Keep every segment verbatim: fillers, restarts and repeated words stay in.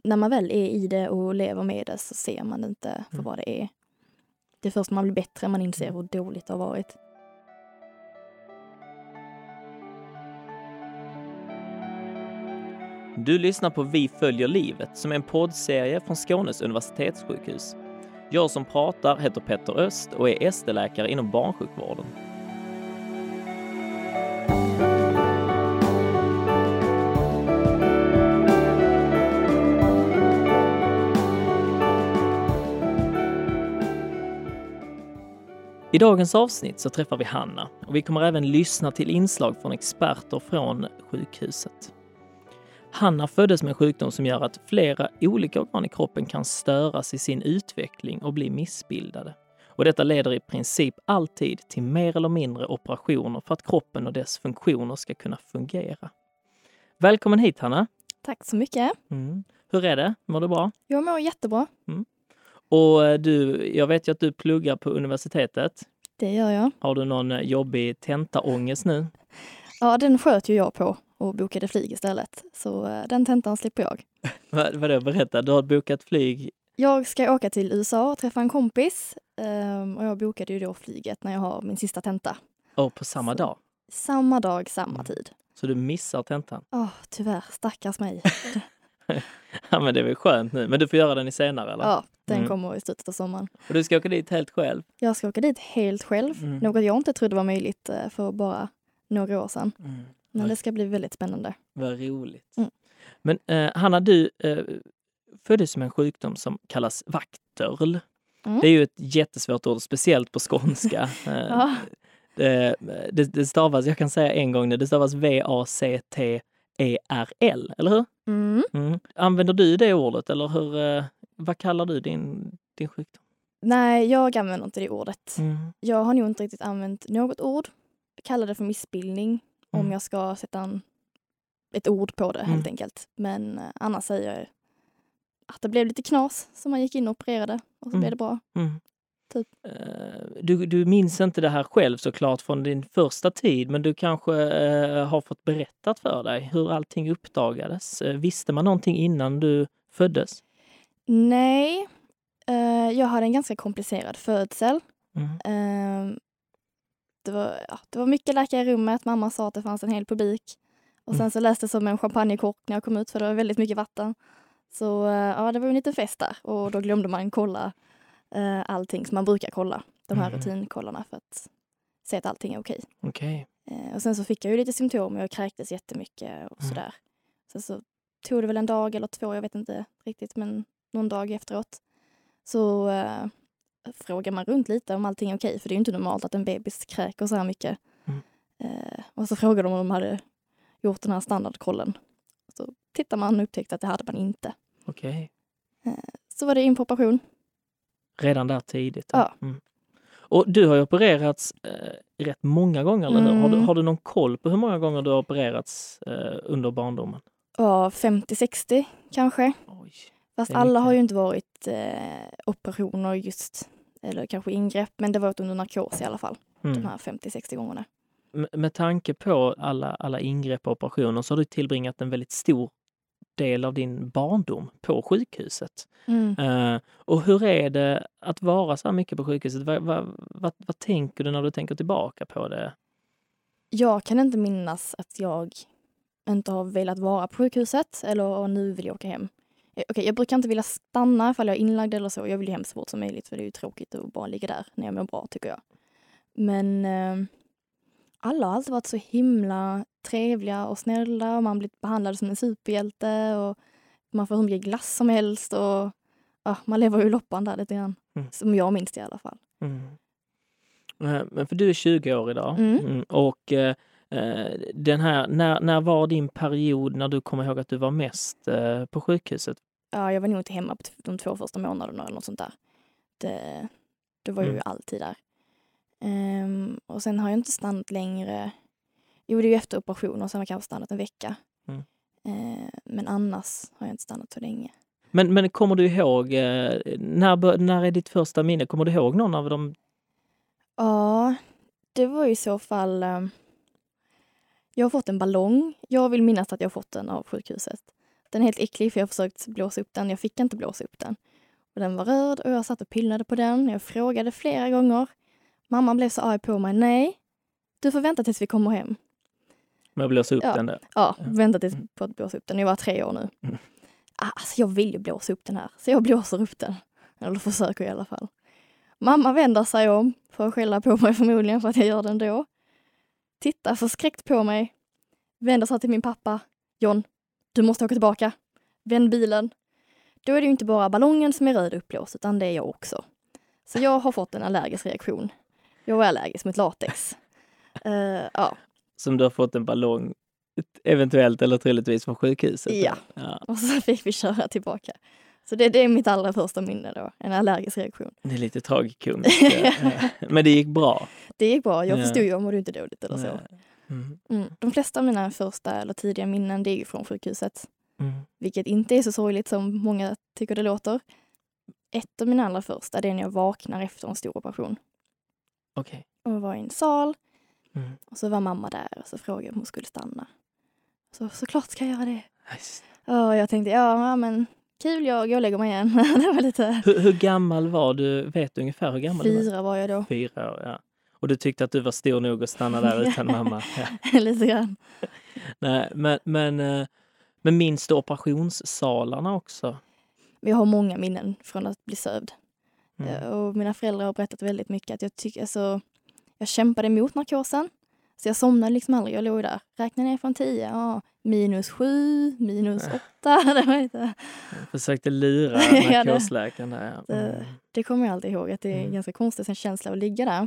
när man väl är i det och lever med det så ser man det inte för Mm. vad det är. Det är först när man blir bättre man inser hur dåligt det har varit. Du lyssnar på Vi följer livet som är en poddserie från Skånes universitetssjukhus. Jag som pratar heter Petter Öst och är S D-läkare inom barnsjukvården. I dagens avsnitt så träffar vi Hanna och vi kommer även lyssna till inslag från experter från sjukhuset. Hanna föddes med en sjukdom som gör att flera olika organ i kroppen kan störas i sin utveckling och bli missbildade. Och detta leder i princip alltid till mer eller mindre operationer för att kroppen och dess funktioner ska kunna fungera. Välkommen hit, Hanna. Tack så mycket. Mm. Hur är det? Mår du bra? Jag mår jättebra. Mm. Och du, jag vet ju att du pluggar på universitetet. Det gör jag. Har du någon jobbig tentaångest nu? Ja, den sköt ju jag på och bokade flyg istället. Så uh, den tentan slipper jag. Vad, vadå, berätta, du har bokat flyg? Jag ska åka till U S A och träffa en kompis. Um, och jag bokade ju då flyget när jag har min sista tenta. Och på samma Så, dag? Samma dag, samma Mm. tid. Så du missar tentan? Ja, oh, tyvärr. Stackars mig. Ja, men det är väl skönt nu. Men du får göra den i senare, eller? Ja, den Mm. kommer i slutet av sommaren. Och du ska åka dit helt själv? Jag ska åka dit helt själv. Mm. Något jag inte trodde var möjligt uh, för bara några år sedan. Mm. Men det ska bli väldigt spännande. Vad roligt. Mm. Men eh, Hanna, du eh, föddes med en sjukdom som kallas vakterl. Mm. Det är ju ett jättesvårt ord, speciellt på skånska. Eh, Ja. det, det, det stavas, jag kan säga en gång nu, det stavas V A C T E R L, eller hur? Mm. Mm. Använder du det ordet, eller hur, eh, vad kallar du din, din sjukdom? Nej, jag använder inte det ordet. Mm. Jag har nog inte riktigt använt något ord. Jag kallar det för missbildning. Mm. Om jag ska sätta en, ett ord på det helt Mm. enkelt. Men eh, annars säger jag att det blev lite knas så man gick in och opererade och så Mm. blev det bra. Mm. Typ. Eh, Du, du minns inte det här själv såklart från din första tid, men du kanske eh, har fått berättat för dig hur allting uppdagades. Eh, visste man någonting innan du föddes? Nej, eh, jag hade en ganska komplicerad födsel. Mm. Eh, det, var, ja, det var mycket läkare i rummet. Mamma sa att det fanns en hel publik. Och sen Mm. så läste jag som en champagnekork när jag kom ut för det var väldigt mycket vatten. Så eh, ja, det var en liten fest där. Och då glömde man kolla eh, allting som man brukar kolla. De här Mm. rutinkollarna för att se att allting är okej. Okej. Eh, och sen så fick jag ju lite symptom. Jag kräktes jättemycket och Mm. sådär. Sen så tog det väl en dag eller två, jag vet inte riktigt, men någon dag efteråt. Så eh, frågar man runt lite om allting är okej. För det är ju inte normalt att en bebis kräker så här mycket. Mm. Eh, och så frågade de om de hade gjort den här standardkollen. Så tittar man och upptäckte att det hade man inte. Okej. Så var det in på operation. Redan där tidigt. då. Ja. Mm. Och du har ju opererats eh, rätt många gånger, eller hur? Mm. Har du, har du någon koll på hur många gånger du har opererats eh, under barndomen? Ja, femtio sextio kanske. Oj. Fast Det är alla mycket. har ju inte varit eh, operationer just. Eller kanske ingrepp. Men det var varit under narkos i alla fall. Mm. De här femtio sextio gångerna. Med, med tanke på alla, alla ingrepp och operationer så har du tillbringat en väldigt stor del av din barndom på sjukhuset. Mm. Eh, och hur är det att vara så här mycket på sjukhuset? Vad, vad, vad, vad tänker du när du tänker tillbaka på det? Jag kan inte minnas att jag inte har velat vara på sjukhuset. Eller nu vill jag åka hem. Eh, Okej, jag brukar inte vilja stanna ifall jag är inlagd eller så. Jag vill ju hem så fort som möjligt. För det är ju tråkigt att bara ligga där när jag mår bra, tycker jag. Men eh, alla har alltid varit så himla trevliga och snälla. Och man blir behandlad som en superhjälte. Och man får hur mycket glass som helst. Och ja, man lever ju loppan där lite grann. Mm. Som jag minns det i alla fall. Mm. Eh, Men för du är tjugo år idag. Mm. Mm. Och eh, eh, den här, när, när var din period när du kommer ihåg att du var mest eh, på sjukhuset? Ja, jag var nog inte hemma på t- de två första månaderna eller något sånt där. Det, det var ju Mm. alltid där. Ehm, och sen har jag inte stannat längre. Jo, det är ju efter operation och sen har jag kanske stannat en vecka. Mm. Ehm, men annars har jag inte stannat så länge. Men, men kommer du ihåg, eh, när, bör- när är ditt första minne? Kommer du ihåg någon av dem? Ja, det var i så fall... ehm, jag har fått en ballong. Jag vill minnas att jag har fått den av sjukhuset. Den är helt äcklig för jag har försökt blåsa upp den. Jag fick inte blåsa upp den. Och den var röd och jag satt och pillade på den. Jag frågade flera gånger. Mamma blev så arg på mig. Nej, du får vänta tills vi kommer hem. Men jag blåsa upp ja. den där? Ja, vänta tills mm. på att blåsa upp den. Jag var tre år nu. Mm. Alltså jag vill ju blåsa upp den här. Så jag blåser upp den. Eller försöker i alla fall. Mamma vänder sig om för att skälla på mig förmodligen för att jag gör den då. Tittar förskräckt på mig. Vänder sig till min pappa. John, du måste åka tillbaka. Vänd bilen. Då är det ju inte bara ballongen som är röd uppblåst utan det är jag också. Så jag har fått en allergisk reaktion. Jag är allergisk mot latex. Uh, ja. Som du har fått en ballong eventuellt eller troligtvis från sjukhuset? Ja. ja, och så fick vi köra tillbaka. Så det, det är mitt allra första minne då, en allergisk reaktion. Det är lite tragikomiskt. Men det gick bra? Det gick bra, jag förstod ju om det inte dåligt eller så. Mm. Mm. De flesta av mina första eller tidiga minnen det är ju från sjukhuset. Mm. Vilket inte är så sorgligt som många tycker det låter. Ett av mina allra första det är när jag vaknar efter en stor operation. Okej. Okay. Och var i en sal. Mm. Och så var mamma där och så frågade om hon skulle stanna. Så såklart ska jag göra det. Nice. Och jag tänkte, ja men kul, jag går och lägger mig igen. det var lite... hur, hur gammal var du? Vet du ungefär hur gammal Fyra du var? var jag då. Fyra år, ja. Och du tyckte att du var stor nog att stanna där utan mamma? Ja. Lite grann. Nej, men, men, men minns du operationssalarna också? Vi har många minnen från att bli sövd. Mm. Och mina föräldrar har berättat väldigt mycket att jag tycker, alltså, jag kämpade emot narkosen. Så jag somnade liksom aldrig, jag låg där. Räknade ner från tio, ja, minus sju, minus åtta. Det var inte... Jag försökte lura narkosläkaren där. Mm. Det, det kommer jag alltid ihåg, att det är mm. ganska konstigt en känsla att ligga där.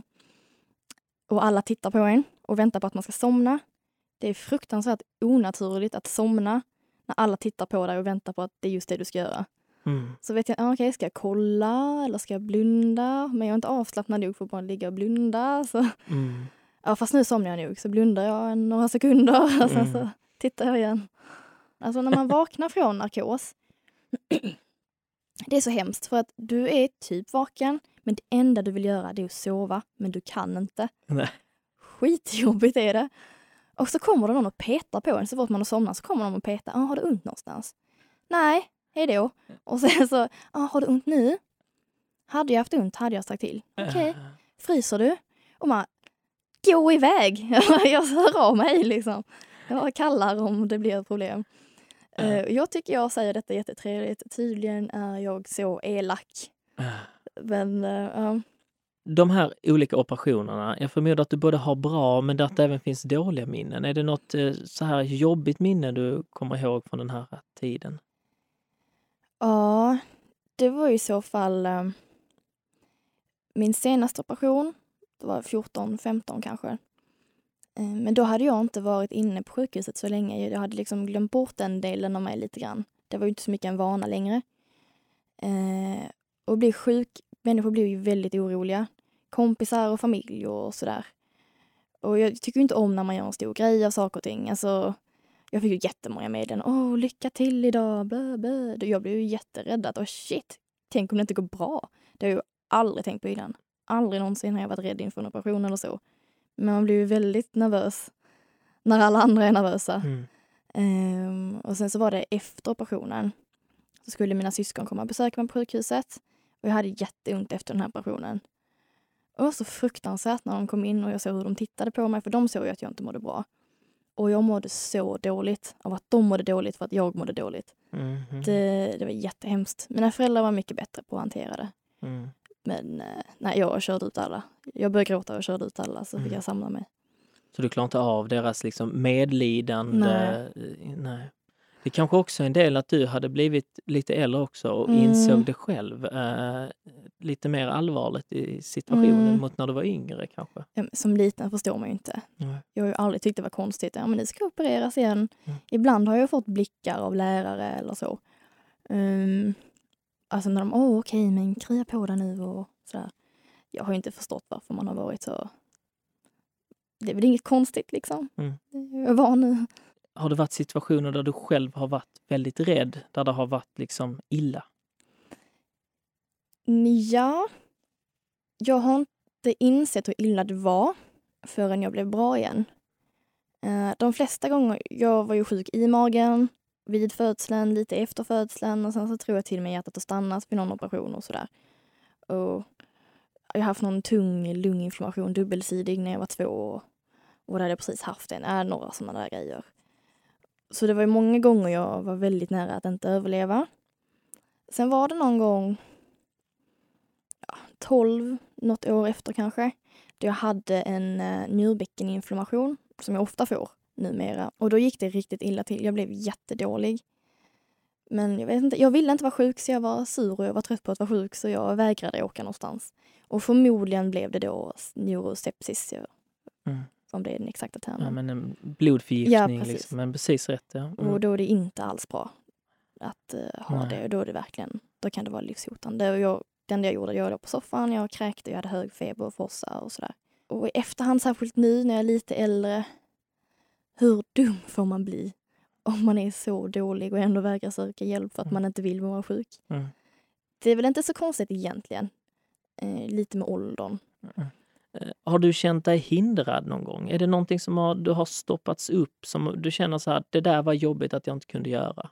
Och alla tittar på en och väntar på att man ska somna. Det är fruktansvärt onaturligt att somna när alla tittar på dig och väntar på att det är just det du ska göra. Mm. Så vet jag, okej, okay, ska jag kolla eller ska jag blunda? Men jag är inte avslappnad nog för att bara ligga och blunda. Så. Mm. Ja, fast nu somnar jag nog så blundar jag några sekunder och sen mm. så tittar jag igen. Alltså när man vaknar från narkos, det är så hemskt för att du är typ vaken, men det enda du vill göra det är att sova, men du kan inte. Nej. Skitjobbigt är det. Och så kommer det någon och petar på en, så fort man har somnat så kommer de och petar. Ah, har du ont någonstans? Nej, hej då. Och sen så, ah, har du ont nu? Hade jag haft ont hade jag sagt till. Okej, okay. Fryser du? Och man, gå iväg. Jag hör av mig liksom. Jag kallar om det blir ett problem. Uh. Uh, jag tycker jag säger detta jättetrevligt. Tydligen är jag så elak. Uh. Men, uh, de här olika operationerna, jag förmodar att du både har bra men att det även finns dåliga minnen. Är det något uh, så här jobbigt minne du kommer ihåg från den här tiden? Ja, det var i så fall uh, min senaste operation. Det var fjorton femton kanske. Men då hade jag inte varit inne på sjukhuset så länge. Jag hade liksom glömt bort den delen av mig lite grann. Det var ju inte så mycket en vana längre. Eh, och bli sjuk, människor blir ju väldigt oroliga. Kompisar och familj och sådär. Och jag tycker inte om när man gör en stor grej av saker och ting. Alltså, jag fick ju jättemånga meddelanden. Åh, lycka till idag. Blö, blö. Jag blev ju jätterädd att, åh shit, tänk om det inte går bra. Det har jag ju aldrig tänkt på innan. Aldrig någonsin har jag varit rädd inför en operation eller så. Men man blir ju väldigt nervös när alla andra är nervösa. Mm. Um, och sen så var det efter operationen. Så skulle mina syskon komma och besöka mig på sjukhuset. Och jag hade jätteont efter den här operationen. Och det var så fruktansvärt när de kom in och jag såg hur de tittade på mig. För de såg ju att jag inte mådde bra. Och jag mådde så dåligt av att de mådde dåligt för att jag mådde dåligt. Mm. Det, det var jättehemskt. Mina föräldrar var mycket bättre på att hantera det. Mm. Men nej, jag körde ut alla. Jag började gråta och körde ut alla så fick mm. jag samla mig. Så du klarar inte av deras liksom medlidande? Nej. nej. Det kanske också är en del att du hade blivit lite äldre också och mm. insåg det själv eh, lite mer allvarligt i situationen mm. mot när du var yngre kanske. Som liten förstår man ju inte. Nej. Jag har ju aldrig tyckt det var konstigt. Ja, men det ska opereras igen. Mm. Ibland har jag fått blickar av lärare eller så. Um, Alltså när de, åh okej, okay, men krya på det nu och sådär. Jag har ju inte förstått varför man har varit så. Det är väl inget konstigt liksom. Mm. Jag är van nu. Har det varit situationer där du själv har varit väldigt rädd? Där det har varit liksom illa? Ja. Jag har inte insett hur illa det var förrän jag blev bra igen. De flesta gånger, jag var ju sjuk i magen. vid födseln, lite efter födseln och sen så tror jag till och med hjärtat har stannat vid någon operation och sådär. Och jag har haft någon tung lunginflammation, dubbelsidig när jag var två år. Och där hade jag precis haft en, äh, några sådana där grejer. Så det var ju många gånger jag var väldigt nära att inte överleva. Sen var det någon gång, ja, tolv, något år efter kanske, då jag hade en uh, njurbäckeninflammation som jag ofta får numera. Och då gick det riktigt illa till. Jag blev jättedålig. Men jag vet inte, jag ville inte vara sjuk så jag var sur och jag var trött på att vara sjuk så jag vägrade åka någonstans. Och förmodligen blev det då neurosepsis. Mm. Om det är den exakta termen. Ja, men en blodförgiftning, ja, liksom, men precis rätt. Ja. Mm. Och då är det inte alls bra att uh, ha Nej. det. Och då är det verkligen, då kan det vara livshotande. Och jag, det enda jag gjorde, jag låg på soffan, jag kräkte, jag hade hög feber och frossa och sådär. Och i efterhand, särskilt nu när jag är lite äldre, hur dum får man bli om man är så dålig och ändå vägrar söka hjälp för att mm. man inte vill vara sjuk. Mm. Det är väl inte så konstigt egentligen. Eh, lite med åldern. Mm. Har du känt dig hindrad någon gång? Är det någonting som har, du har stoppats upp som du känner så här, det där var jobbigt att jag inte kunde göra?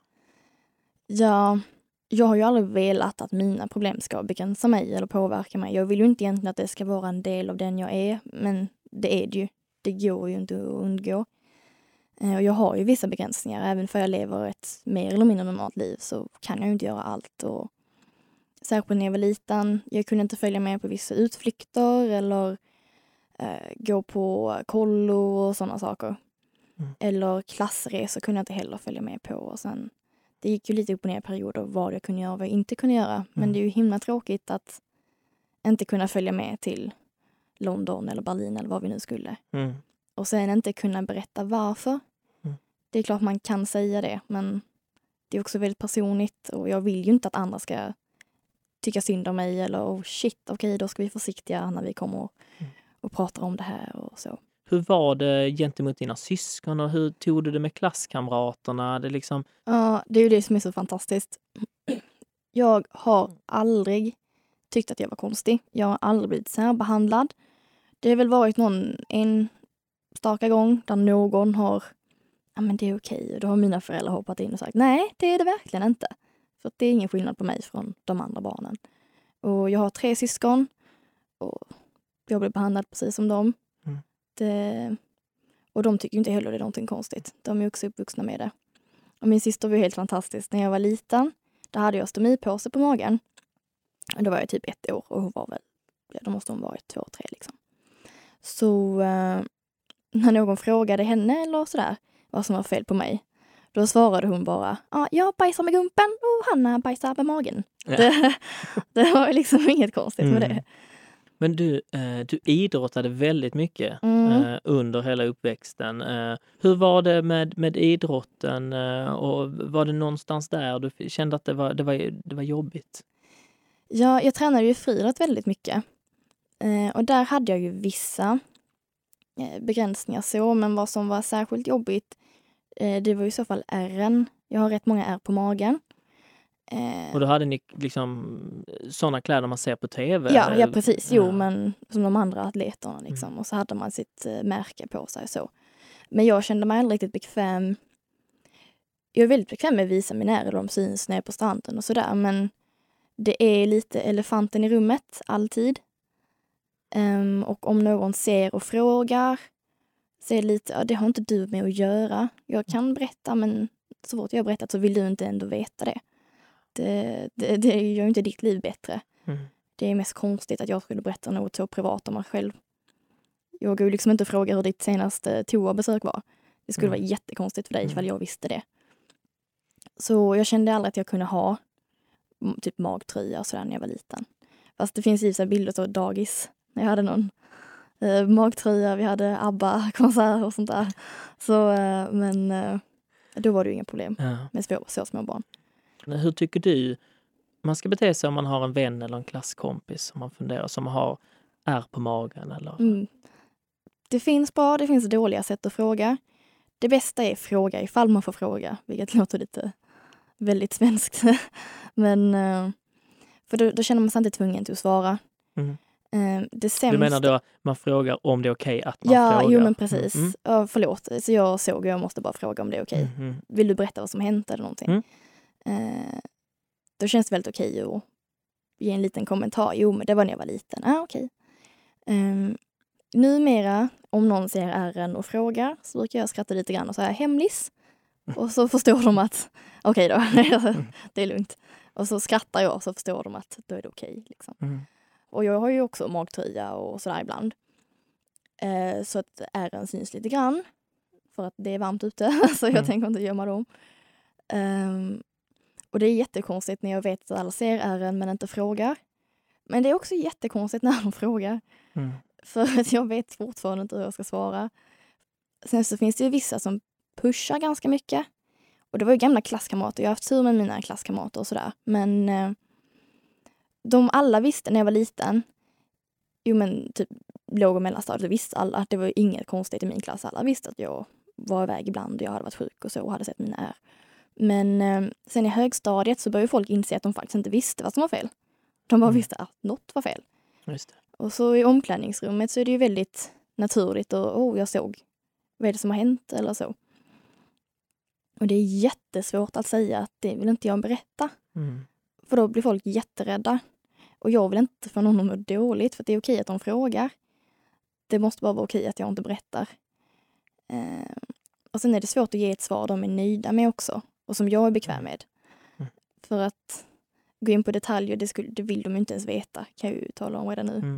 Ja, jag har ju aldrig velat att mina problem ska begränsa mig eller påverka mig. Jag vill ju inte egentligen att det ska vara en del av den jag är, men det är det ju. Det går ju inte att undgå. Och jag har ju vissa begränsningar, även för jag lever ett mer eller mindre normalt liv så kan jag ju inte göra allt. Och särskilt när jag var liten, jag kunde inte följa med på vissa utflykter eller eh, gå på kollo och sådana saker. Mm. Eller klassresor kunde jag inte heller följa med på. Och sen, det gick ju lite upp och ner perioder vad jag kunde göra och vad jag inte kunde göra. Mm. Men det är ju himla tråkigt att inte kunna följa med till London eller Berlin eller vad vi nu skulle. Mm. Och sen inte kunna berätta varför. Mm. Det är klart man kan säga det, men det är också väldigt personligt. Och jag vill ju inte att andra ska tycka synd om mig. Eller oh shit, okej okay, då ska vi vara försiktiga när vi kommer och, mm. och pratar om det här och så. Hur var det gentemot dina syskon och hur tog du det med klasskamraterna? Det, liksom... Ja, det är ju det som är så fantastiskt. Jag har aldrig tyckt att jag var konstig. Jag har aldrig blivit särbehandlad. Det har väl varit någon en starka gång där någon har, ja men det är okej. Och då har mina föräldrar hoppat in och sagt, nej det är det verkligen inte. För det är ingen skillnad på mig från de andra barnen. Och jag har tre syskon och jag blir behandlad precis som dem. Mm. Det, och de tycker inte heller det är någonting konstigt. De är också uppvuxna med det. Och min syster var helt fantastisk. När jag var liten, då hade jag stomipåse på magen. Och då var jag typ ett år och hon var väl, ja, då måste hon varit två, tre liksom. Så eh, när någon frågade henne eller sådär vad som var fel på mig, då svarade hon bara, ah, jag bajsar med gumpen och Hanna bajsar med magen. Ja. Det, det var liksom inget konstigt med mm. det. Men du, eh, du idrottade väldigt mycket mm. eh, under hela uppväxten. Eh, hur var det med, med idrotten eh, och var det någonstans där du kände att det var, det var, det var jobbigt? Ja, jag tränade ju friidrott väldigt mycket. Eh, och där hade jag ju vissa eh, begränsningar så, men vad som var särskilt jobbigt, eh, det var ju i så fall ärren. Jag har rätt många ärr på magen. Eh, och då hade ni liksom sådana kläder man ser på tv? Ja, ja precis. Jo, ja. Men som de andra atleterna liksom. Mm. Och så hade man sitt eh, märke på sig så. Men jag kände mig aldrig riktigt bekväm. Jag är väldigt bekväm med att visa mina ärr och de syns när jag är på stranden och sådär. Men det är lite elefanten i rummet, alltid. Um, och om någon ser och frågar, så är det lite, ja, det har inte du med att göra. Jag kan berätta, men så fort jag har berättat så vill du inte ändå veta det. Det, det, det gör ju inte ditt liv bättre. Mm. Det är mest konstigt att jag skulle berätta något så privat om mig själv. Jag går ju liksom inte och frågar hur ditt senaste toabesök var. Det skulle mm. vara jättekonstigt för dig ifall jag visste det. Så jag kände aldrig att jag kunde ha typ magtröja och sådär när jag var liten. Fast det finns ju så bilder av dagis när jag hade någon eh, magtröja, vi hade ABBA-konsert och sånt där. Så, eh, men eh, då var det ju inga problem ja. med så, så små barn. Hur tycker du man ska bete sig om man har en vän eller en klasskompis som man funderar, som har ärr på magen? Eller? Mm. Det finns bra, det finns dåliga sätt att fråga. Det bästa är fråga ifall man får fråga, vilket låter lite väldigt svenskt. Men för då, då känner man sig inte tvungen till att svara. Mm. Eh, det sämsta... Du menar då man frågar om det är okej att man ja, frågar? Jo, men precis. Mm. Ja, förlåt, så jag såg och jag måste bara fråga om det är okej. Mm. Mm. Vill du berätta vad som hänt eller någonting? Mm. Eh, då känns det väldigt okej att ge en liten kommentar. Jo, men det var när jag var liten. Ah, okej. Um, numera, om någon ser ärren och frågar, så brukar jag skratta lite grann och säga hemlis. Och så förstår de att, okej då, det är lugnt. Och så skrattar jag, så förstår de att då är det okej. Liksom. Mm. Och jag har ju också magtröja och sådär ibland. Uh, så att ärren syns lite grann. För att det är varmt ute, så jag Mm. tänker inte gömma dem. Um, och det är jättekonstigt när jag vet att alla ser ärren men inte frågar. Men det är också jättekonstigt när de frågar. Mm. För att jag vet fortfarande inte hur jag ska svara. Sen så finns det ju vissa som pushar ganska mycket. Och det var ju gamla klasskamrater. Jag har haft tur med mina klasskamrater och sådär. Men eh, de alla visste när jag var liten. Jo men typ låg- och mellanstadiet visste alla att det var inget konstigt i min klass. Alla visste att jag var iväg ibland och jag hade varit sjuk och så och hade sett mina ärr. Men eh, sen i högstadiet så började folk inse att de faktiskt inte visste vad som var fel. De bara Mm. visste att något var fel. Just det. Och så i omklädningsrummet så är det ju väldigt naturligt och oh, jag såg vad är det som har hänt eller så. Och det är jättesvårt att säga att det vill inte jag berätta. Mm. För då blir folk jätterädda. Och jag vill inte få någon att må dåligt för att det är okej att de frågar. Det måste bara vara okej att jag inte berättar. Eh, och sen är det svårt att ge ett svar de är nöjda med också. Och som jag är bekväm med. Mm. För att gå in på detaljer, det, skulle, det vill de inte ens veta. Kan jag ju tala om redan nu. Mm.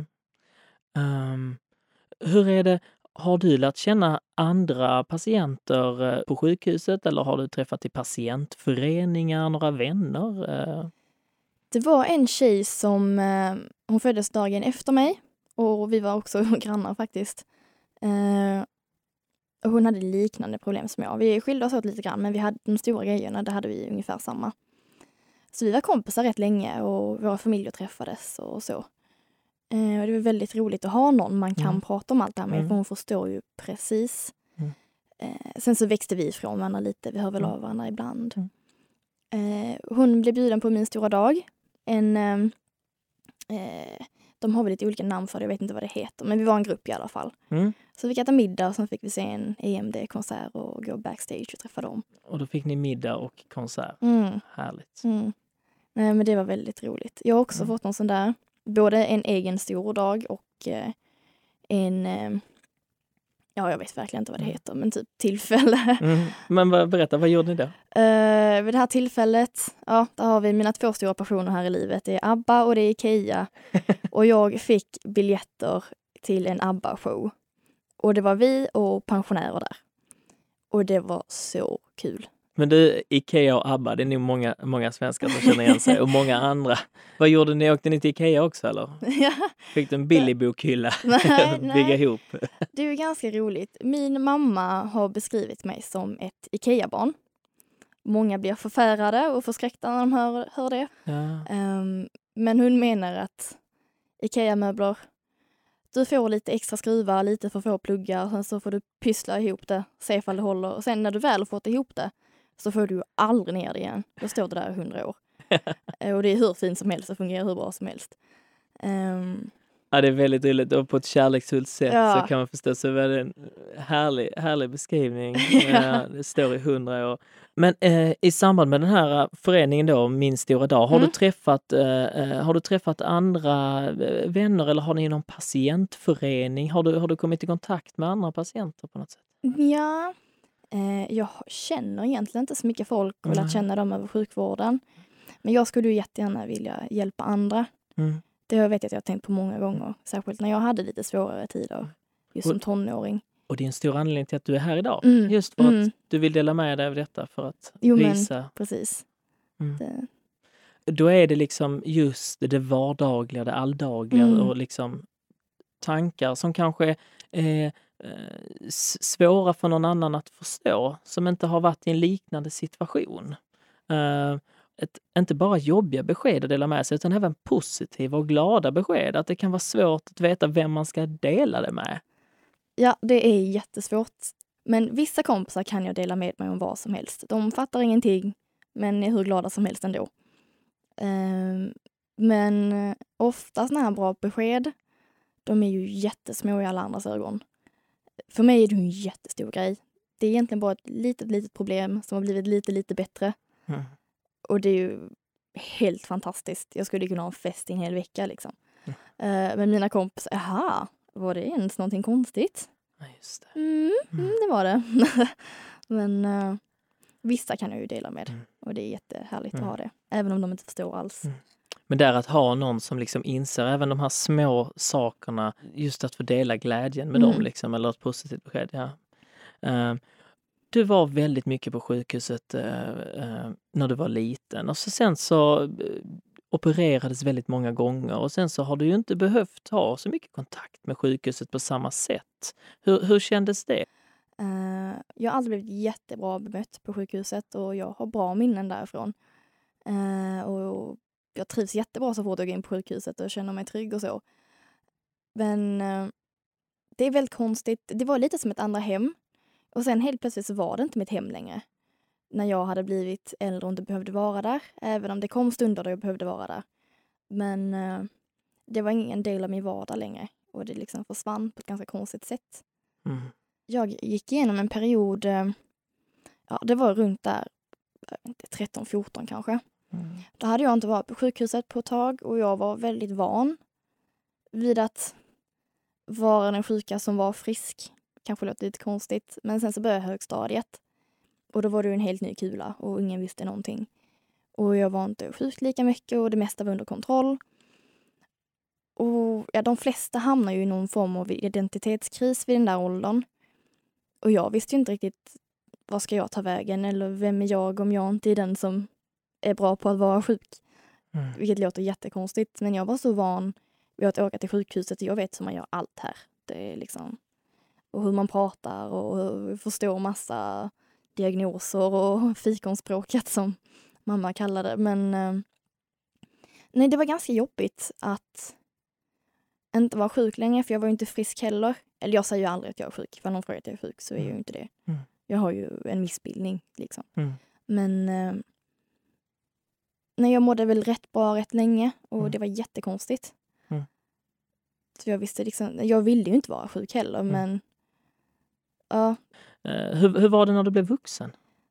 Um, hur är det, har du lärt känna andra patienter på sjukhuset eller har du träffat i patientföreningar, några vänner? Uh? Det var en tjej som, eh, hon föddes dagen efter mig och vi var också grannar faktiskt. Eh, och hon hade liknande problem som jag. Vi skilde oss åt lite grann men vi hade de stora grejerna, det hade vi ungefär samma. Så vi var kompisar rätt länge och våra familjer träffades och så. Eh, och det var väldigt roligt att ha någon man kan Mm. prata prata om allt det här med Mm. för hon förstår ju precis. Mm. Eh, sen så växte vi ifrån varandra lite, vi hör väl Mm. av varandra ibland. Mm. Eh, hon blev bjuden på min stora dag. En, eh, eh, de har väl lite olika namn för det, jag vet inte vad det heter. Men vi var en grupp i alla fall. Mm. Så vi fick äta middag och sen fick vi se en E M D-konsert och gå backstage och träffa dem. Och då fick ni middag och konsert. Mm. Härligt. Mm. Nej, men det var väldigt roligt. Jag har också Mm. fått någon sån där, både en egen stor dag och eh, en, eh, ja jag vet verkligen inte vad det Mm. heter, men typ tillfälle. Mm. Men vad, berätta, vad gjorde ni då? Uh, vid det här tillfället, ja, där har vi mina två stora passioner här i livet. Det är ABBA och det är IKEA. Och jag fick biljetter till en ABBA-show. Och det var vi och pensionärer där. Och det var så kul. Men du, IKEA och ABBA, det är nog många, många svenskar som känner igen sig och många andra. Vad gjorde ni? Åkte ni till IKEA också eller? Ja, Fick du en billig bokhylla nej, att bygga nej. ihop? Det är ju ganska roligt. Min mamma har beskrivit mig som ett IKEA-barn. Många blir förfärade och förskräckta när de hör, hör det. Ja. Um, men hon menar att IKEA-möbler, du får lite extra skruvar, lite för få pluggar, sen så får du pyssla ihop det, se ifall det håller. Och sen när du väl har fått ihop det så får du ju aldrig ner det igen. Då står det där i hundra år. uh, och det är hur fint som helst och fungerar hur bra som helst. Um, Ja, det är väldigt roligt och på ett kärleksfullt sätt Ja. så kan man förstå så var det en härlig, härlig beskrivning. Ja. Eh, Det står i hundra år. Men eh, i samband med den här eh, föreningen då, Min stora dag, har Mm. du träffat eh, eh, har du träffat andra eh, vänner eller har ni någon patientförening? Har du, har du kommit i kontakt med andra patienter på något sätt? ja, uh, jag känner egentligen inte så mycket folk och Nej. lärt känna dem över sjukvården. Men jag skulle ju jättegärna vilja hjälpa andra. Mm. Det har jag vet att jag har tänkt på många gånger. Särskilt när jag hade lite svårare tider. Just Och- som tonåring. Och det är en stor anledning till att du är här idag. Mm, Just för mm. att du vill dela med dig av detta för att Jo, men- visa. Precis. Mm. Det, Då är det liksom just det vardagliga, det alldagliga Mm. och liksom tankar som kanske är eh, s- svåra för någon annan att förstå, som inte har varit i en liknande situation. Eh, ett, inte bara jobbiga besked att dela med sig utan även positiva och glada besked. Att det kan vara svårt att veta vem man ska dela det med. ja, det är jättesvårt. Men vissa kompisar kan jag dela med mig om vad som helst. De fattar ingenting, men är hur glada som helst ändå. Ehm, men ofta såna här bra besked de är ju jättesmå i alla andras ögon. För mig är det en jättestor grej. Det är egentligen bara ett litet, litet problem som har blivit lite, lite bättre. Mm. Och det är ju helt fantastiskt. Jag skulle kunna ha en fest i en hel vecka liksom. Mm. Uh, men mina kompisar, aha, var det ens någonting konstigt? Ja, just det. Mm, Mm. mm, det var det. Men uh, vissa kan jag ju dela med. Mm. Och det är jättehärligt Mm. att ha det. Även om de inte förstår alls. Mm. Men där att ha någon som liksom inser även de här små sakerna, just att få dela glädjen med Mm. dem liksom, eller ett positivt besked. Ja. Uh, du var väldigt mycket på sjukhuset uh, uh, när du var liten och så sen så uh, opererades väldigt många gånger och sen så har du ju inte behövt ha så mycket kontakt med sjukhuset på samma sätt. Hur, hur kändes det? Uh, jag har alltid blivit jättebra bemött på sjukhuset och jag har bra minnen därifrån. Uh, och jag trivs jättebra så fort jag går in på sjukhuset och känner mig trygg och så. Men uh, det är väldigt konstigt. Det var lite som ett andra hem. Och sen helt plötsligt så var det inte mitt hem längre. När jag hade blivit äldre och inte behövde vara där. Även om det kom stunder då jag behövde vara där. Men uh, det var ingen del av min vardag längre. Och det liksom försvann på ett ganska konstigt sätt. Mm. Jag gick igenom en period, uh, ja det var runt där tretton fjorton kanske. Mm. Då hade jag inte varit på sjukhuset på ett tag och jag var väldigt van vid att vara den sjuka som var frisk. Kanske låter lite konstigt. Men sen så började högstadiet. Och då var det en helt ny kula och ingen visste någonting. Och jag var inte sjuk lika mycket och det mesta var under kontroll. Och ja, de flesta hamnar ju i någon form av identitetskris vid den där åldern. Och jag visste ju inte riktigt vad ska jag ta vägen eller vem är jag om jag inte är den som är bra på att vara sjuk. Mm. Vilket låter jättekonstigt. Men jag var så van vid att åka till sjukhuset och jag vet hur man gör allt här. Det är liksom... Och hur man pratar och förstår massa diagnoser och fikonspråket som mamma kallade det. Men eh, nej, det var ganska jobbigt att inte vara sjuk längre för jag var ju inte frisk heller. Eller jag säger ju aldrig att jag är sjuk. För någon frågar att jag är sjuk så är jag ju inte det. Mm. Jag har ju en missbildning liksom. Mm. Men eh, nej, jag mådde väl rätt bra rätt länge och Mm. det var jättekonstigt. Mm. Så jag visste liksom, jag ville ju inte vara sjuk heller Mm. men ja. Uh, hur, hur var det när du blev vuxen?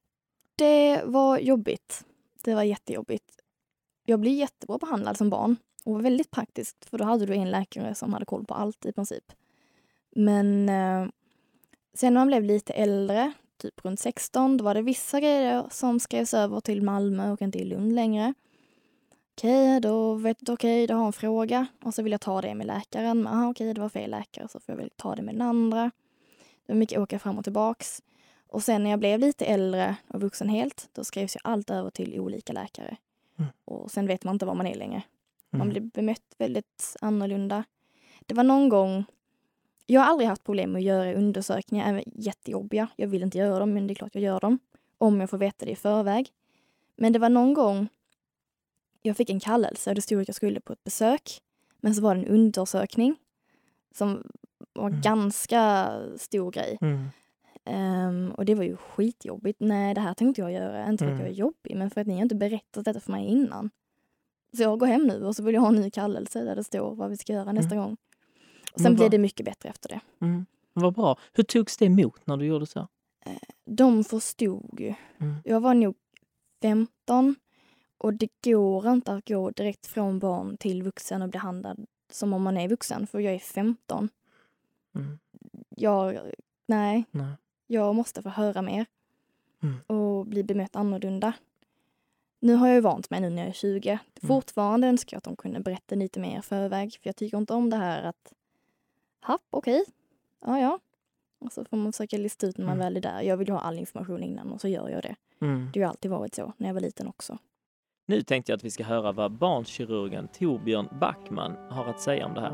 Det var jobbigt. Det var jättejobbigt. Jag blev jättebra behandlad som barn. Och var väldigt praktiskt. För då hade du en läkare som hade koll på allt i princip. Men eh, sen när man blev lite äldre, typ runt sexton, då var det vissa grejer som skrevs över till Malmö och inte i Lund längre. Okej, då vet du, okej, då har jag en fråga. Och så vill jag ta det med läkaren. Men aha, okej, det var fel läkare så får jag väl ta det med den andra. Det var mycket åka fram och tillbaks. Och sen när jag blev lite äldre och vuxen helt, då skrevs ju allt över till olika läkare. Mm. Och sen vet man inte var man är längre. Man Mm. blir bemött väldigt annorlunda. Det var någon gång, jag har aldrig haft problem med att göra undersökningar, även jättejobbiga. Jag vill inte göra dem, men det är klart jag gör dem. Om jag får veta det i förväg. Men det var någon gång jag fick en kallelse och det stod att jag skulle på ett besök. Men så var det en undersökning som var Mm. ganska stor grej. Mm. Um, och det var ju skitjobbigt. Nej, det här tänkte jag göra. Inte för att Mm. jag är jobbig, men för att ni har inte berättat detta för mig innan. Så jag går hem nu och så vill jag ha en ny kallelse där det står vad vi ska göra nästa Mm. gång. Och Men sen blev vad- det mycket bättre efter det. Mm. Vad bra. Hur togs det emot när du gjorde så? De förstod ju. Mm. Jag var nog femton och det går inte att gå direkt från barn till vuxen och bli handlad som om man är vuxen. För jag är femton. Mm. Jag, nej, Nej. jag måste få höra mer. Mm. Och bli bemött annorlunda. Nu har jag ju vant mig nu när jag är tjugo. Mm. Fortfarande önskar jag att de kunde berätta lite mer i förväg. För jag tycker inte om det här att happ, okej. Ja, ja. Och så får man försöka lista ut när man Mm. väl är där. Jag vill ju ha all information innan och så gör jag det. Mm. Det har ju alltid varit så när jag var liten också. Nu tänkte jag att vi ska höra vad barnkirurgen Torbjörn Backman har att säga om det här.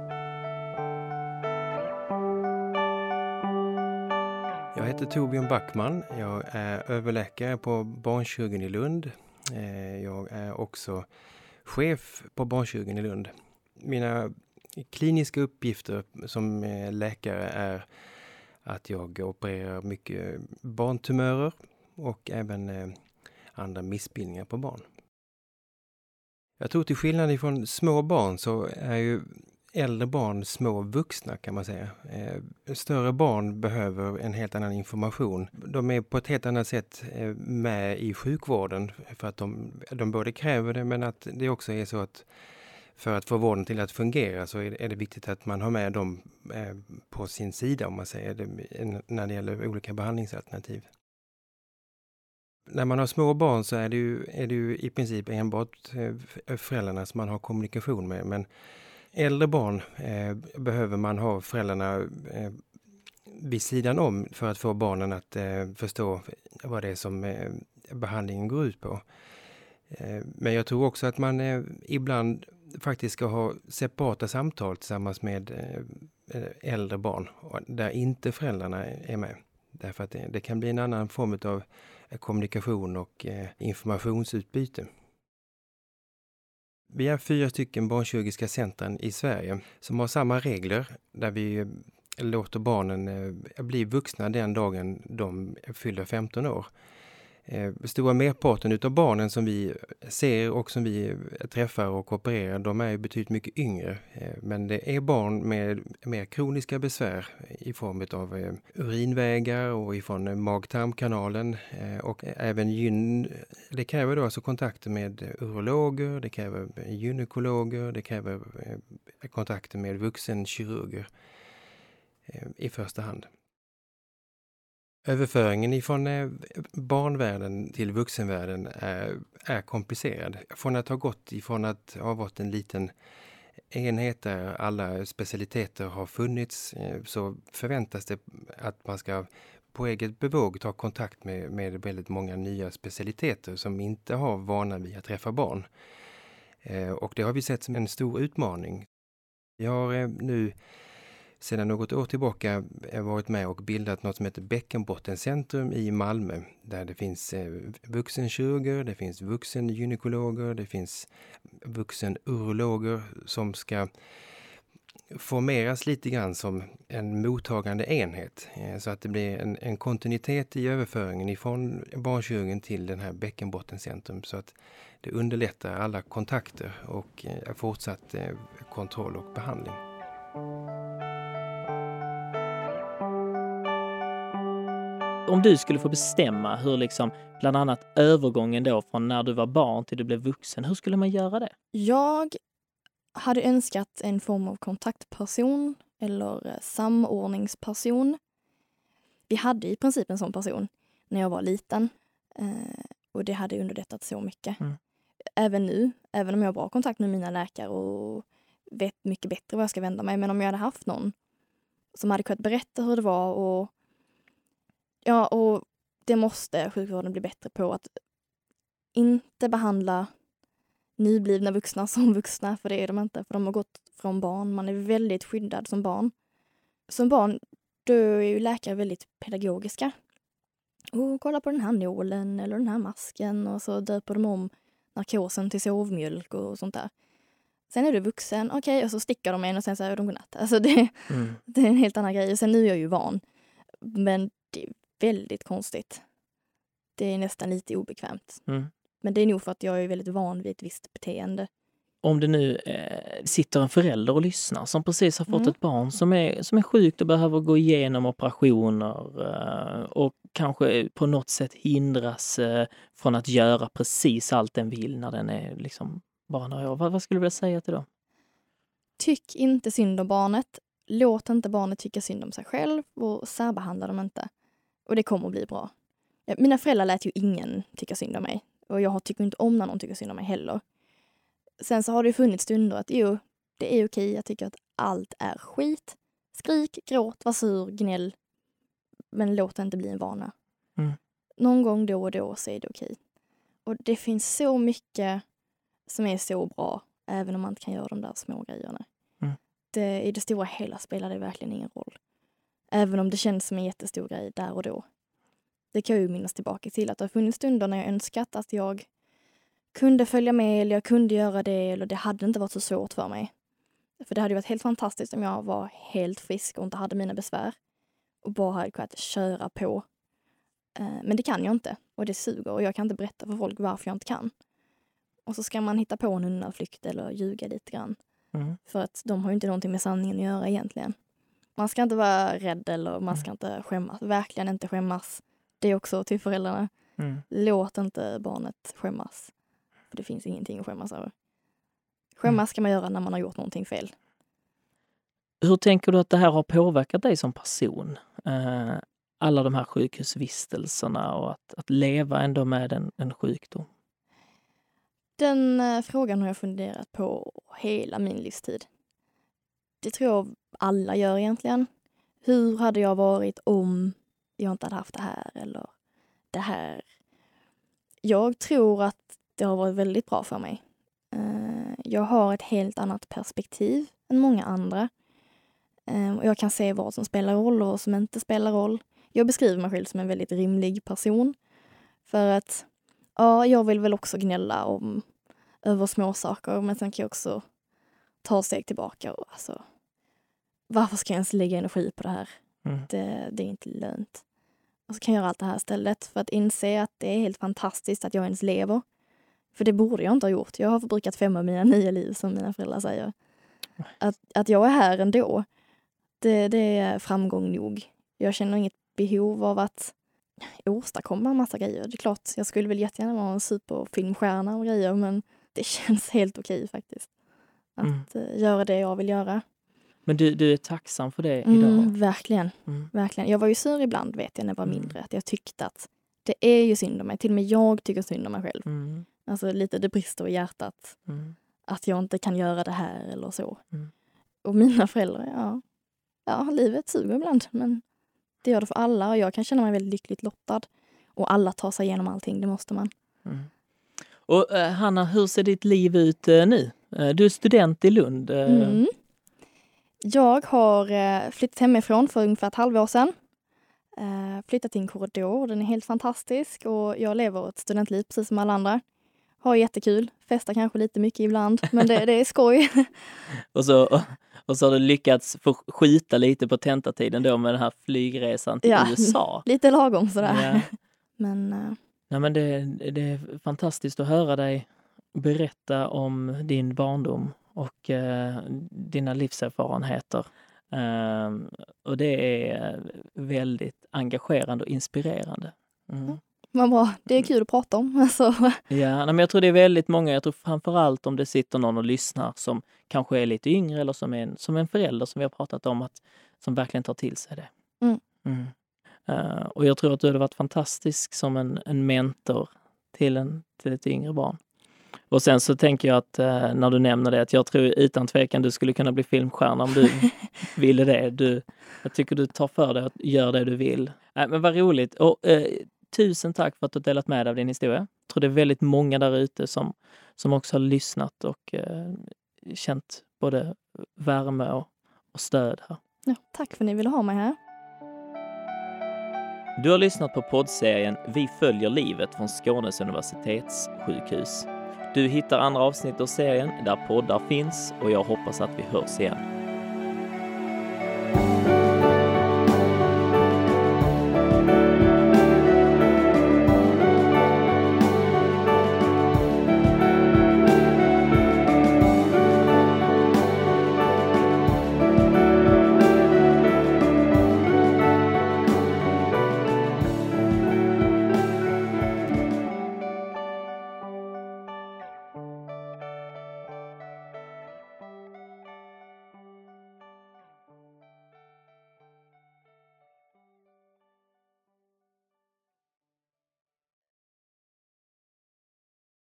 Jag heter Torbjörn Backman. Jag är överläkare på barnkirurgen i Lund. Eh, Jag är också chef på barnkirurgen i Lund. Mina kliniska uppgifter som eh, läkare är att jag opererar mycket barntumörer och även eh, andra missbildningar på barn. Jag tror till skillnad från små barn så är ju äldre barn små vuxna kan man säga. Eh, större barn behöver en helt annan information. De är på ett helt annat sätt eh, med i sjukvården för att de, de både kräver det, men att det också är så att för att få vården till att fungera så är det, är det viktigt att man har med dem eh, på sin sida, om man säger det, när det gäller olika behandlingsalternativ. När man har små barn så är det ju, är det ju i princip enbart eh, föräldrarna som man har kommunikation med, men äldre barn eh, behöver man ha föräldrarna eh, vid sidan om för att få barnen att eh, förstå vad det är som eh, behandlingen går ut på. Eh, men jag tror också att man eh, ibland faktiskt ska ha separata samtal tillsammans med eh, äldre barn där inte föräldrarna är med. Därför att det, det kan bli en annan form av kommunikation och eh, informationsutbyte. Vi är fyra stycken barnkirurgiska centrum i Sverige som har samma regler där vi låter barnen eh, bli vuxna den dagen de fyller femton år. Eh, stora merparten utav barnen som vi ser och som vi träffar och opererar, de är betydligt mycket yngre. Eh, men det är barn med mer kroniska besvär i form av eh, urinvägar och ifrån mag-tarmkanalen. Eh, och även gyn, det kräver då alltså kontakter med urologer, det kräver gynekologer, det kräver eh, kontakter med vuxenkirurger eh, i första hand. Överföringen ifrån eh, barnvärlden till vuxenvärlden är, är komplicerad. Från att ha gått ifrån att ha varit en liten enhet där alla specialiteter har funnits eh, så förväntas det att man ska på eget bevåg ta kontakt med, med väldigt många nya specialiteter som inte har vana vid att träffa barn. Eh, och det har vi sett som en stor utmaning. Vi har eh, nu sedan något år tillbaka har varit med och bildat något som heter Bäckenbottencentrum i Malmö. Där det finns eh, vuxenkirurger, det finns vuxengynekologer, det finns vuxenurologer som ska formeras lite grann som en mottagande enhet. Eh, så att det blir en, en kontinuitet i överföringen ifrån barnkirurgen till den här Bäckenbottencentrum. Så att det underlättar alla kontakter och eh, fortsatt eh, kontroll och behandling. Om du skulle få bestämma hur liksom bland annat övergången då från när du var barn till du blev vuxen, hur skulle man göra det? Jag hade önskat en form av kontaktperson eller samordningsperson. Vi hade i princip en sån person när jag var liten eh, och det hade underlättat så mycket. Mm. Även nu, även om jag har bra kontakt med mina läkare och vet mycket bättre vad jag ska vända mig, men om jag hade haft någon som hade kunnat berätta hur det var och ja, och det måste sjukvården bli bättre på, att inte behandla nyblivna vuxna som vuxna, för det är de inte, för de har gått från barn. Man är väldigt skyddad som barn. Som barn, då är ju läkare väldigt pedagogiska. Och kolla på den här nålen eller den här masken och så döper de om narkosen till sovmjölk och sånt där. Sen är du vuxen, okej, okay, och så stickar de en och sen så är de godnatt. Alltså det, mm. det är en helt annan grej. Och sen nu är jag ju van. Men det är väldigt konstigt. Det är nästan lite obekvämt. Mm. Men det är nog för att jag är väldigt van vid ett visst beteende. Om det nu eh, sitter en förälder och lyssnar som precis har fått mm. ett barn som är, som är sjukt och behöver gå igenom operationer eh, och kanske på något sätt hindras eh, från att göra precis allt den vill när den är liksom bara några år. Vad, vad skulle du vilja säga till dem? Tyck inte synd om barnet. Låt inte barnet tycka synd om sig själv och särbehandla dem inte. Och det kommer att bli bra. Mina föräldrar lät ju ingen tycka synd om mig. Och jag tycker inte om när någon tycker synd om mig heller. Sen så har det funnits stunder att jo, det är okej. Jag tycker att allt är skit. Skrik, gråt, var sur, gnäll. Men låt det inte bli en vana. Mm. Någon gång då och då så är det okej. Och det finns så mycket som är så bra. Även om man inte kan göra de där små grejerna. Mm. Det, I det stora hela spelar det verkligen ingen roll. Även om det känns som en jättestor grej där och då. Det kan jag ju minnas tillbaka till att det har funnits stunder när jag önskat att jag kunde följa med eller jag kunde göra det eller det hade inte varit så svårt för mig. För det hade varit helt fantastiskt om jag var helt frisk och inte hade mina besvär och bara hade kunnat köra på. Men det kan jag inte och det suger och jag kan inte berätta för folk varför jag inte kan. Och så ska man hitta på en undanflykt eller ljuga lite grann. Mm. För att de har ju inte någonting med sanningen att göra egentligen. Man ska inte vara rädd eller man ska inte skämmas. Verkligen inte skämmas. Det är också till föräldrarna. Mm. Låt inte barnet skämmas. För det finns ingenting att skämmas över. Skämmas ska man göra när man har gjort någonting fel. Hur tänker du att det här har påverkat dig som person? Eh, alla de här sjukhusvistelserna och att, att leva ändå med en, en sjukdom. Den eh, frågan har jag funderat på hela min livstid. Det tror jag alla gör egentligen. Hur hade jag varit om jag inte hade haft det här eller det här? Jag tror att det har varit väldigt bra för mig. Eh, jag har ett helt annat perspektiv än många andra. Eh, och jag kan se vad som spelar roll och vad som inte spelar roll. Jag beskriver mig själv som en väldigt rimlig person. För att ja, jag vill väl också gnälla om över små saker, men sen kan jag också ta steg tillbaka och alltså, varför ska jag ens lägga energi på det här? Mm. Det, det är inte lönt. Och så kan jag göra allt det här istället för att inse att det är helt fantastiskt att jag ens lever. För det borde jag inte ha gjort. Jag har förbrukat fem av mina nio liv, som mina föräldrar säger. Att, att jag är här ändå, det, det är framgång nog. Jag känner inget behov av att åstadkomma en massa grejer. Det är klart, jag skulle väl jättegärna vara en superfilmstjärna och grejer, men det känns helt okej faktiskt. Att mm. göra det jag vill göra. Men du, du är tacksam för det Mm, idag? verkligen. Mm. verkligen. Jag var ju sur ibland, vet jag, när jag var Mm. mindre. Att jag tyckte att det är ju synd om mig. Till och med jag tycker synd om mig själv. Mm. Alltså lite, det brister i hjärtat. Mm. Att jag inte kan göra det här eller så. Mm. Och mina föräldrar, ja. Ja, livet suger ibland. Men det gör det för alla. Och jag kan känna mig väldigt lyckligt lottad. Och alla tar sig igenom allting, det måste man. Mm. Och eh, Hanna, hur ser ditt liv ut eh, nu? Eh, du är student i Lund. Eh. Mm. Jag har eh, flyttat hemifrån för ungefär ett halvår sedan. Eh, flyttat till en korridor, den är helt fantastisk. Och jag lever ett studentliv precis som alla andra. Har jättekul, festar kanske lite mycket ibland. Men det, det är skoj. och, så, och, och så har du lyckats få skjuta lite på tentatiden då med den här flygresan till ja, U S A. Lite lagom sådär. Ja. Men... Eh, Nej, men det, det är fantastiskt att höra dig berätta om din barndom och eh, dina livserfarenheter. Eh, och det är väldigt engagerande och inspirerande. Mm. Vad bra, det är kul att prata om. Alltså. Ja, men jag tror det är väldigt många, jag tror framförallt om det sitter någon och lyssnar som kanske är lite yngre eller som en, som en förälder som vi har pratat om, att, som verkligen tar till sig det. Mm. Mm. Uh, och jag tror att du hade varit fantastisk som en, en mentor till, en, till ett yngre barn. Och sen så tänker jag att uh, när du nämner det, att jag tror utan tvekan du skulle kunna bli filmstjärna om du ville det. Du, jag tycker du tar för dig och gör det du vill. Uh, men vad roligt. Och, uh, tusen tack för att du har delat med dig av din historia. Jag tror det är väldigt många där ute som, som också har lyssnat och uh, känt både värme och, och stöd här. Ja, tack för att ni ville ha mig här. Du har lyssnat på poddserien Vi följer livet från Skånes universitetssjukhus. Du hittar andra avsnitt av serien där poddar finns och jag hoppas att vi hörs igen.